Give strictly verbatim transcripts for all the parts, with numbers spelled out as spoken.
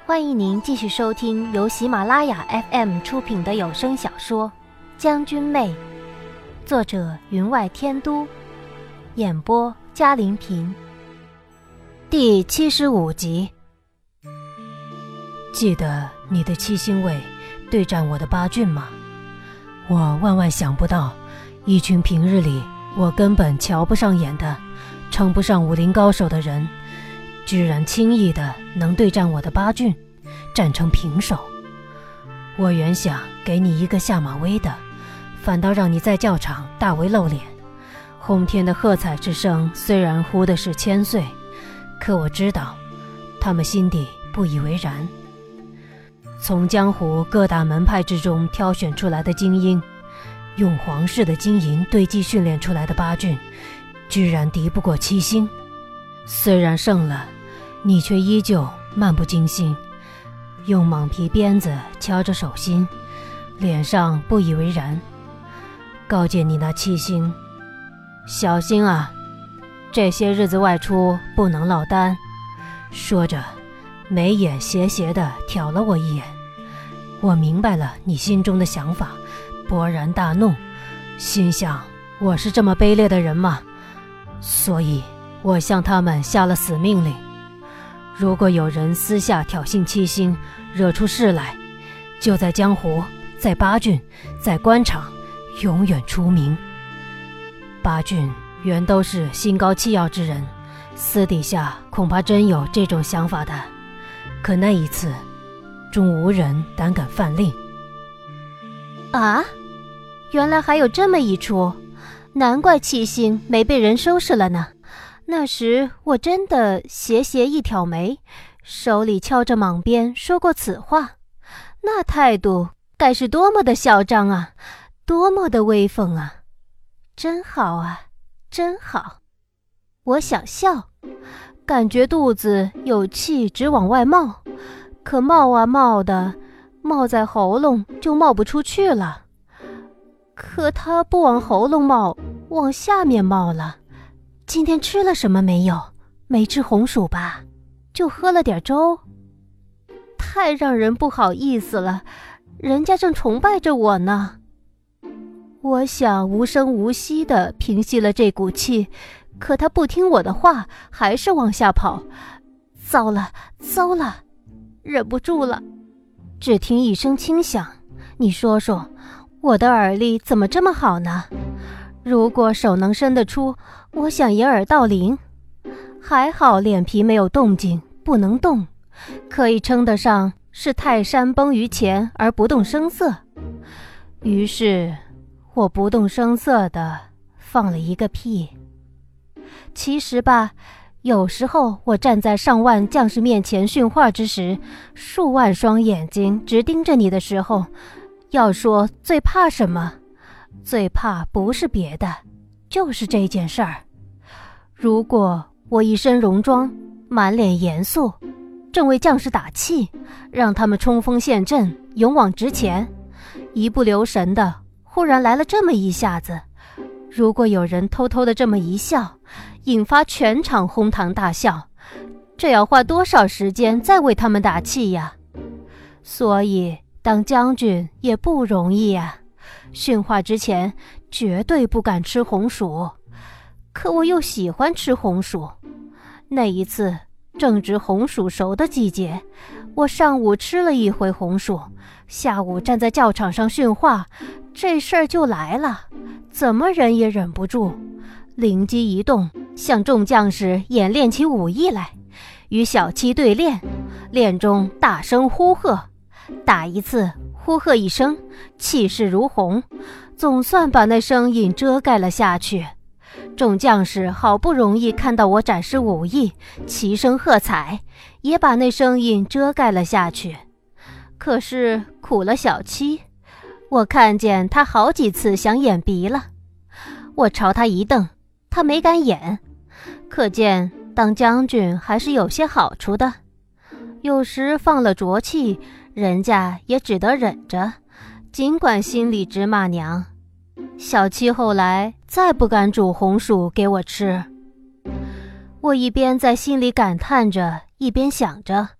欢迎您继续收听由喜马拉雅 F M 出品的有声小说《将军妹》，作者云外天都，演播嘉玲平，第七十五集。 记得你的七星卫对战我的八郡吗？我万万想不到，一群平日里我根本瞧不上眼的，称不上武林高手的人，居然轻易的能对战我的八郡，战成平手。我原想给你一个下马威的，反倒让你在教场大为露脸。轰天的喝彩之声虽然呼的是千岁，可我知道他们心底不以为然。从江湖各大门派之中挑选出来的精英，用皇室的金银堆积训练出来的八郡，居然敌不过七星。虽然胜了，你却依旧漫不经心，用蟒皮鞭子敲着手心，脸上不以为然，告诫你那七星，小心啊，这些日子外出不能落单。说着，眉眼斜斜地瞟了我一眼。我明白了你心中的想法，勃然大怒，心想我是这么卑劣的人吗？所以我向他们下了死命令，如果有人私下挑衅七星，惹出事来，就在江湖，在八郡，在官场永远出名。八郡原都是心高气傲之人，私底下恐怕真有这种想法的，可那一次终无人胆敢犯令。 啊，原来还有这么一出，难怪七星没被人收拾了呢。那时我真的斜斜一挑眉，手里敲着蟒鞭，说过此话，那态度该是多么的嚣张啊，多么的威风啊！真好啊，真好。我想笑，感觉肚子有气直往外冒，可冒啊冒的，冒在喉咙就冒不出去了。可它不往喉咙冒，往下面冒了。今天吃了什么没有？没吃红薯吧？就喝了点粥。太让人不好意思了，人家正崇拜着我呢。我想无声无息地平息了这股气，可他不听我的话，还是往下跑。糟了，糟了，忍不住了。只听一声轻响，你说说，我的耳力怎么这么好呢？如果手能伸得出，我想掩耳盗铃。还好脸皮没有动静，不能动，可以称得上是泰山崩于前而不动声色。于是我不动声色地放了一个屁。其实吧，有时候我站在上万将士面前训话之时，数万双眼睛直盯着你的时候，要说最怕什么，最怕不是别的，就是这件事儿。如果我一身戎装，满脸严肃，正为将士打气，让他们冲锋陷阵，勇往直前，一不留神的忽然来了这么一下子，如果有人偷偷的这么一笑，引发全场哄堂大笑，这要花多少时间再为他们打气呀？所以当将军也不容易呀，训话之前绝对不敢吃红薯，可我又喜欢吃红薯。那一次正值红薯熟的季节，我上午吃了一回红薯，下午站在教场上训话，这事儿就来了，怎么忍也忍不住，灵机一动，向众将士演练起武艺来，与小七对练，练中大声呼喝，打一次呼喝一声，气势如虹，总算把那声音遮盖了下去。众将士好不容易看到我展示武艺，齐声喝彩，也把那声音遮盖了下去。可是苦了小七，我看见他好几次想掩鼻了，我朝他一瞪，他没敢掩，可见当将军还是有些好处的。有时放了浊气，人家也只得忍着，尽管心里直骂娘。小七后来再不敢煮红薯给我吃。我一边在心里感叹着，一边想着，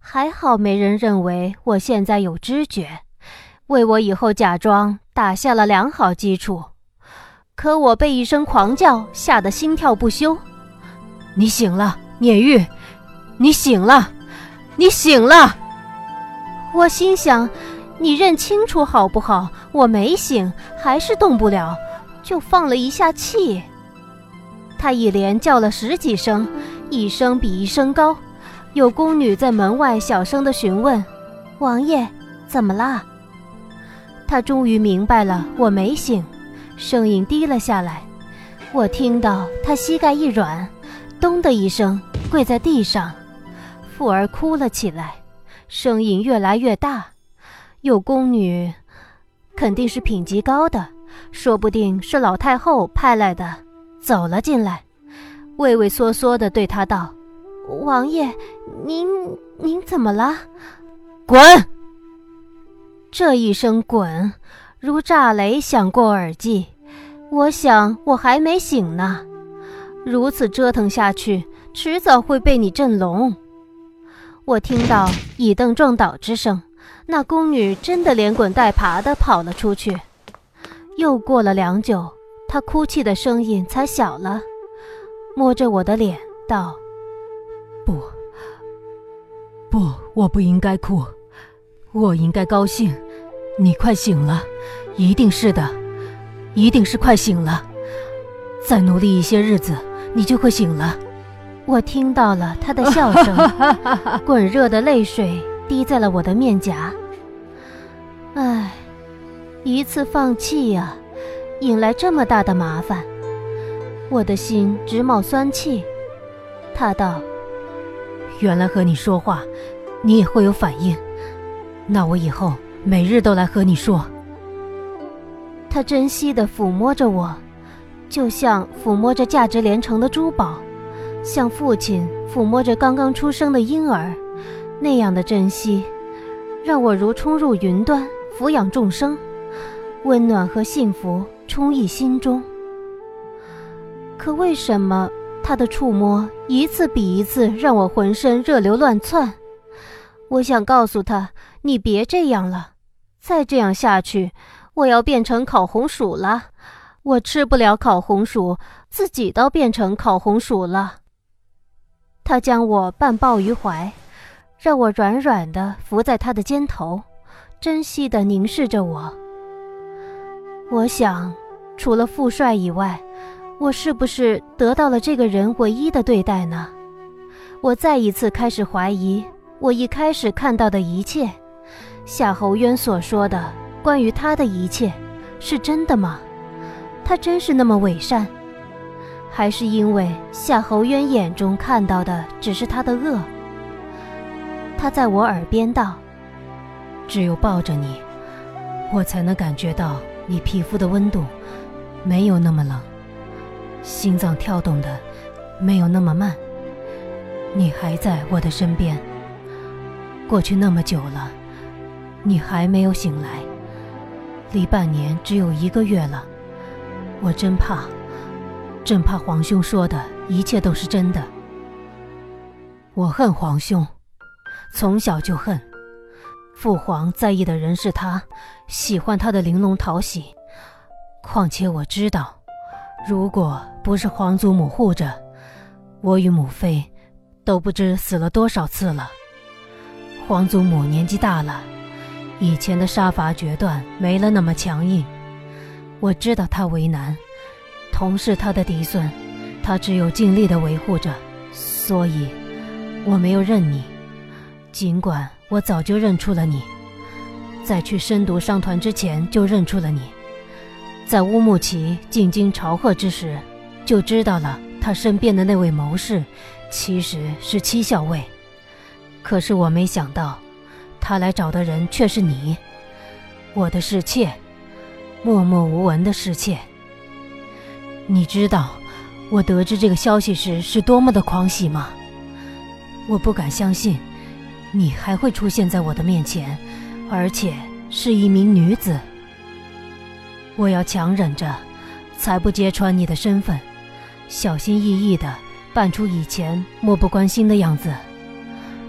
还好没人认为我现在有知觉，为我以后假装打下了良好基础。可我被一声狂叫吓得心跳不休。 你醒了，聂玉，你醒了，你醒了！ 我心想，你认清楚好不好？我没醒，还是动不了，就放了一下气。他一连叫了十几声，一声比一声高。有宫女在门外小声地询问：“王爷，怎么啦？”他终于明白了，我没醒，声音低了下来。我听到他膝盖一软，咚的一声跪在地上，妇儿哭了起来，声音越来越大。有宫女，肯定是品级高的，说不定是老太后派来的，走了进来，畏畏缩缩地对他道：“王爷，您您怎么了？”“ 滚！” 这一声滚如炸雷响过耳际。我想我还没醒呢，如此折腾下去，迟早会被你震聋。我听到椅凳撞倒之声，那宫女真的连滚带爬地跑了出去。又过了良久，她哭泣的声音才小了，摸着我的脸道：“ 不，不，我不应该哭，我应该高兴。你快醒了，一定是的，一定是快醒了。再努力一些日子，你就会醒了。” 我听到了他的笑声，滚热的泪水滴在了我的面颊。唉，一次放弃呀、啊，引来这么大的麻烦，我的心直冒酸气。他道：“ 原来和你说话，你也会有反应，那我以后每日都来和你说。” 他珍惜地抚摸着我，就像抚摸着价值连城的珠宝，像父亲抚摸着刚刚出生的婴儿，那样的珍惜，让我如冲入云端，抚养众生，温暖和幸福充溢心中。可为什么他的触摸一次比一次让我浑身热流乱窜？我想告诉他，你别这样了，再这样下去，我要变成烤红薯了。我吃不了烤红薯，自己倒变成烤红薯了。他将我半抱于怀，让我软软地伏在他的肩头，珍惜地凝视着我。我想，除了父帅以外，我是不是得到了这个人唯一的对待呢？我再一次开始怀疑，我一开始看到的一切，夏侯渊所说的关于他的一切，是真的吗？他真是那么伪善？还是因为夏侯渊眼中看到的只是他的恶？他在我耳边道：“ 只有抱着你，我才能感觉到你皮肤的温度，没有那么冷，心脏跳动的没有那么慢。你还在我的身边，过去那么久了，你还没有醒来，离半年只有一个月了。我真怕真怕皇兄说的一切都是真的。我恨皇兄，从小就恨。父皇在意的人是他，喜欢他的玲珑讨喜。况且我知道，如果不是皇祖母护着，我与母妃都不知死了多少次了。皇祖母年纪大了，以前的杀伐决断没了那么强硬。我知道他为难，同是他的嫡孙，他只有尽力地维护着，所以我没有认你。尽管我早就认出了你，在去深毒商团之前就认出了你，在乌木齐进京朝贺之时，就知道了他身边的那位谋士其实是七校尉。可是我没想到，他来找的人却是你，我的侍妾，默默无闻的侍妾。你知道我得知这个消息时是多么的狂喜吗？我不敢相信你还会出现在我的面前，而且是一名女子。我要强忍着，才不揭穿你的身份，小心翼翼地扮出以前漠不关心的样子。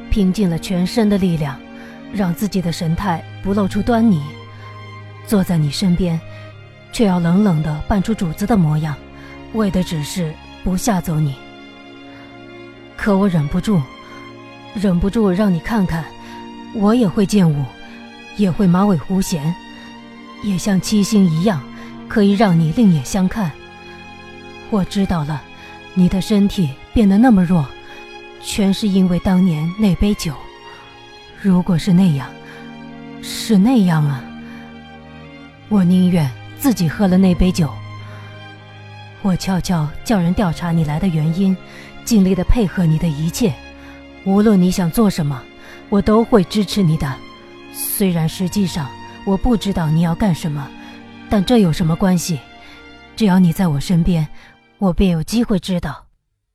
拼尽了全身的力量，让自己的神态不露出端倪，坐在你身边，却要冷冷地扮出主子的模样，为的只是不吓走你。可我忍不住，忍不住让你看看，我也会剑舞，也会马尾狐弦，也像七星一样，可以让你另眼相看。我知道了，你的身体变得那么弱，全是因为当年那杯酒。如果是那样，是那样啊，我宁愿自己喝了那杯酒。我悄悄叫人调查你来的原因，尽力地配合你的一切，无论你想做什么，我都会支持你的。虽然实际上我不知道你要干什么，但这有什么关系？只要你在我身边，我便有机会知道。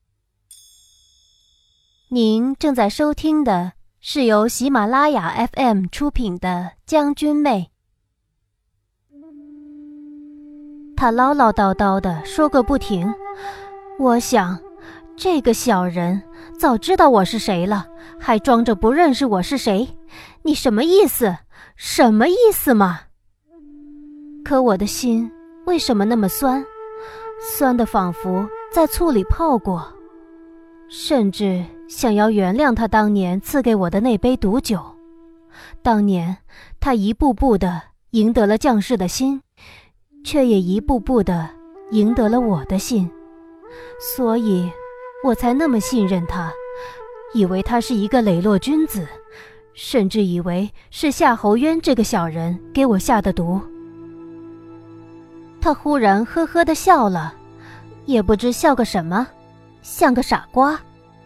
您正在收听的是由喜马拉雅 F M 出品的《将军妹》。他唠唠叨叨地说个不停，我想，这个小人早知道我是谁了，还装着不认识我是谁，你什么意思？什么意思嘛？可我的心为什么那么酸？酸得仿佛在醋里泡过，甚至想要原谅他当年赐给我的那杯毒酒。当年他一步步地赢得了将士的心，却也一步步地赢得了我的心，所以我才那么信任他，以为他是一个磊落君子，甚至以为是夏侯渊这个小人给我下的毒。他忽然呵呵地笑了，也不知笑个什么，像个傻瓜。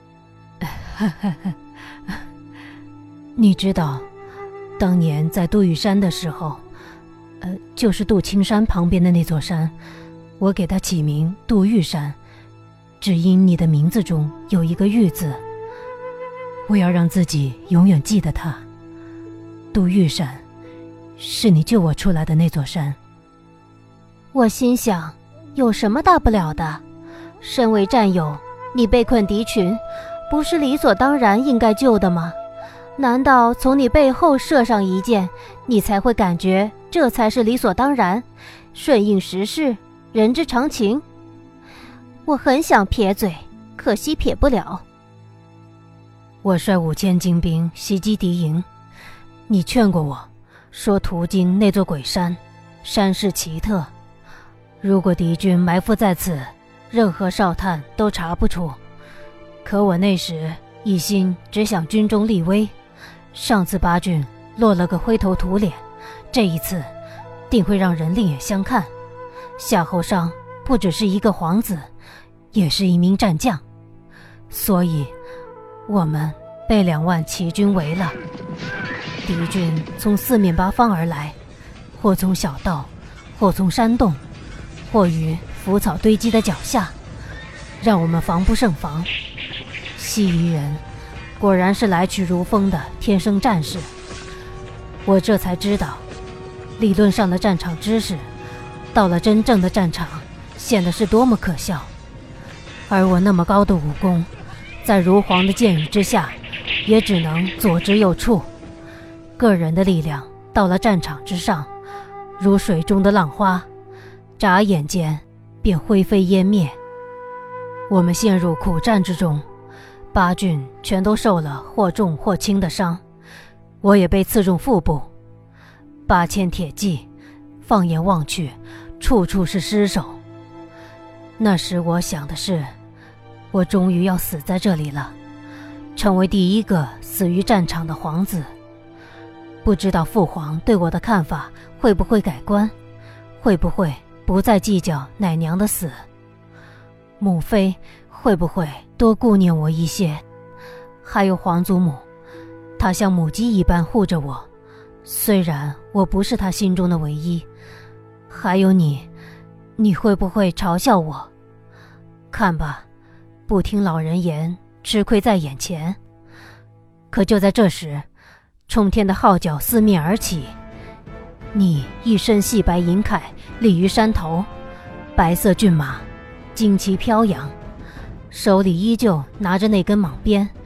你知道，当年在杜玉山的时候，呃，就是杜青山旁边的那座山，我给它起名杜玉山，只因你的名字中有一个玉字。我要让自己永远记得它。杜玉山，是你救我出来的那座山。 我心想，有什么大不了的？身为战友，你被困敌群，不是理所当然应该救的吗？难道从你背后射上一箭，你才会感觉这才是理所当然，顺应时势，人之常情？我很想撇嘴，可惜撇不了。 我率五千精兵袭击敌营，你劝过我，说途经那座鬼山，山势奇特，如果敌军埋伏在此，任何哨探都查不出。可我那时一心只想军中立威，上次八郡落了个灰头土脸，这一次定会让人另眼相看。夏侯尚不只是一个皇子，也是一名战将，所以我们被两万齐军围了。敌军从四面八方而来，或从小道，或从山洞，或于腐草堆积的脚下，让我们防不胜防。西夷人果然是来去如风的天生战士，我这才知道，理论上的战场知识，到了真正的战场，显得是多么可笑。而我那么高的武功，在如簧的箭雨之下，也只能左支右绌。个人的力量到了战场之上，如水中的浪花，眨眼间便灰飞烟灭。我们陷入苦战之中，八郡全都受了或重或轻的伤，我也被刺中腹部。八千铁骑，放眼望去，处处是尸首。那时我想的是，我终于要死在这里了，成为第一个死于战场的皇子。不知道父皇对我的看法会不会改观，会不会不再计较奶娘的死，母妃会不会多顾念我一些。还有皇祖母，她像母鸡一般护着我，虽然我不是她心中的唯一。还有你，你会不会嘲笑我？看吧，不听老人言，吃亏在眼前。可就在这时，冲天的号角四面而起，你一身细白银铠立于山头，白色骏马旌旗飘扬，手里依旧拿着那根蟒鞭，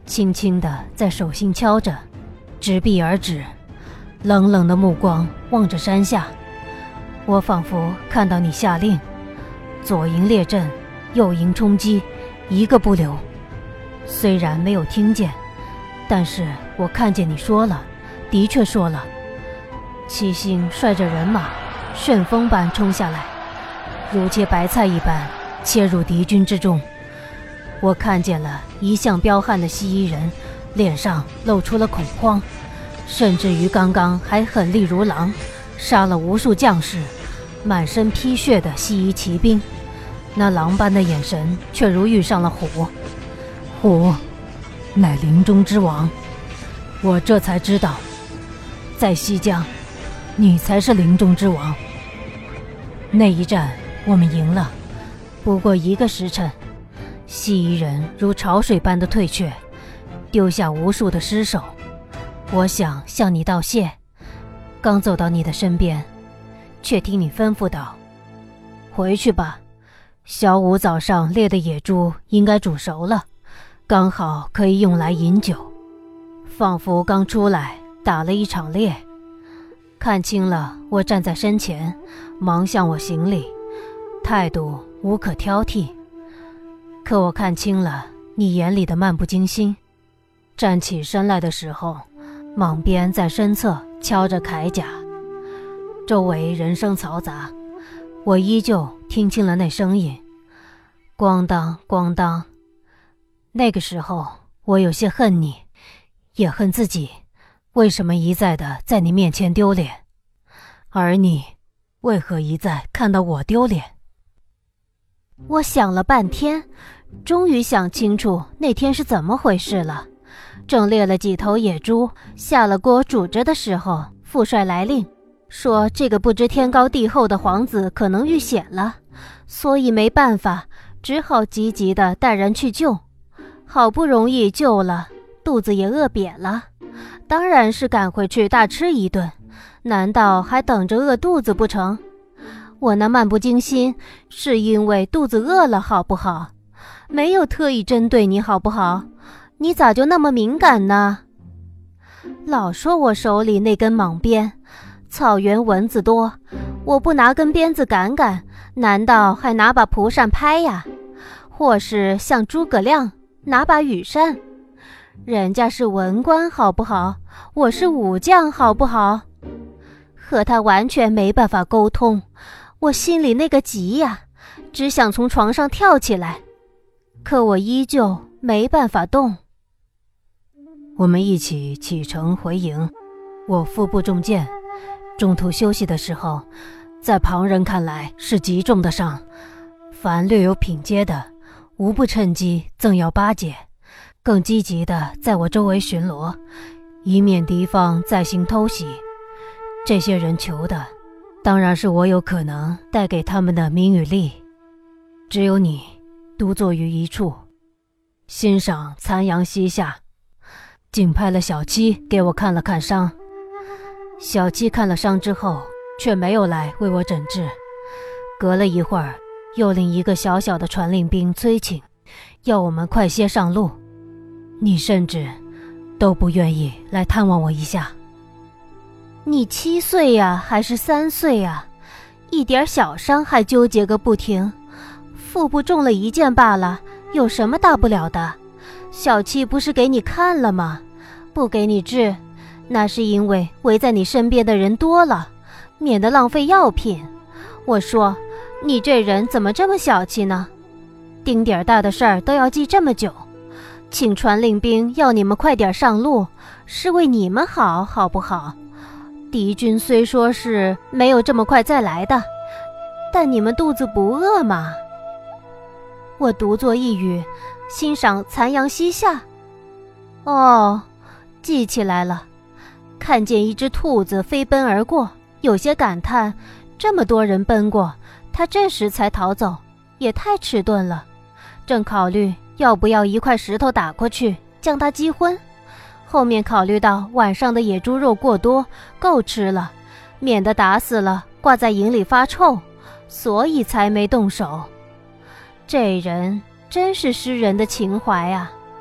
轻轻地在手心敲着，执臂而止，冷冷的目光望着山下。我仿佛看到你下令，左营列阵，右营冲击，一个不留。虽然没有听见，但是我看见你说了，的确说了。七星率着人马旋风般冲下来，如切白菜一般切入敌军之中。我看见了一向彪悍的西夷人脸上露出了恐慌，甚至于刚刚还狠厉如狼，杀了无数将士，满身披血的西夷骑兵，那狼般的眼神却如遇上了虎。虎乃林中之王，我这才知道，在西疆你才是林中之王。那一战我们赢了，不过一个时辰，西夷人如潮水般的退却，丢下无数的尸首。我想向你道谢，刚走到你的身边，却听你吩咐道：回去吧，小五早上猎的野猪应该煮熟了，刚好可以用来饮酒。仿佛刚出来打了一场猎。看清了我站在身前，忙向我行礼，态度无可挑剔。可我看清了你眼里的漫不经心。站起身来的时候，蟒鞭在身侧敲着铠甲，周围人声嘈杂，我依旧听清了那声音，咣当咣当。那个时候我有些恨你，也恨自己为什么一再的在你面前丢脸，而你为何一再看到我丢脸？ 我想了半天，终于想清楚那天是怎么回事了。正猎了几头野猪，下了锅煮着的时候，副帅来令说这个不知天高地厚的皇子可能遇险了，所以没办法，只好急急地带人去救。好不容易救了，肚子也饿瘪了，当然是赶回去大吃一顿，难道还等着饿肚子不成？我那漫不经心是因为肚子饿了好不好？没有特意针对你好不好？你咋就那么敏感呢？老说我手里那根蟒鞭，草原蚊子多，我不拿根鞭子赶赶，难道还拿把蒲扇拍呀？或是像诸葛亮拿把羽扇？人家是文官好不好？我是武将好不好？和他完全没办法沟通，我心里那个急呀，只想从床上跳起来，可我依旧没办法动。 我们一起启程回营，我腹部中箭，中途休息的时候，在旁人看来是极重的伤，凡略有品阶的，无不趁机赠药巴结，更积极地在我周围巡逻，以免敌方再行偷袭。这些人求的当然是我有可能带给他们的名与利，只有你独坐于一处，欣赏残阳西下，竟派了小七给我看了看伤。小七看了伤之后，却没有来为我诊治，隔了一会儿，又令一个小小的传令兵催请，要我们快些上路。你甚至都不愿意来探望我一下。 你七岁呀，还是三岁呀？一点小伤还纠结个不停，腹部中了一箭罢了，有什么大不了的？小七不是给你看了吗？不给你治，那是因为围在你身边的人多了，免得浪费药品。我说，你这人怎么这么小气呢？丁点大的事儿都要记这么久。请传令兵要你们快点上路，是为你们好，好不好？敌军虽说是没有这么快再来的，但你们肚子不饿吗？我独坐一隅，欣赏残阳西下。哦，记起来了，看见一只兔子飞奔而过，有些感叹，这么多人奔过，它这时才逃走，也太迟钝了。正考虑要不要一块石头打过去，将它击昏。后面考虑到晚上的野猪肉过多，够吃了，免得打死了挂在营里发臭，所以才没动手。这人真是诗人的情怀啊！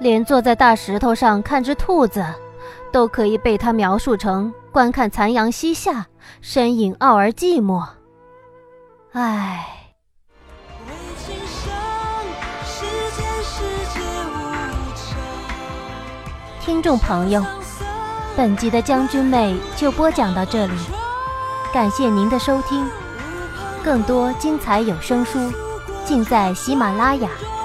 连坐在大石头上看只兔子，都可以被他描述成观看残阳西下，身影傲而寂寞。唉，听众朋友，本集的将军妹就播讲到这里，感谢您的收听。更多精彩有声书尽在喜马拉雅。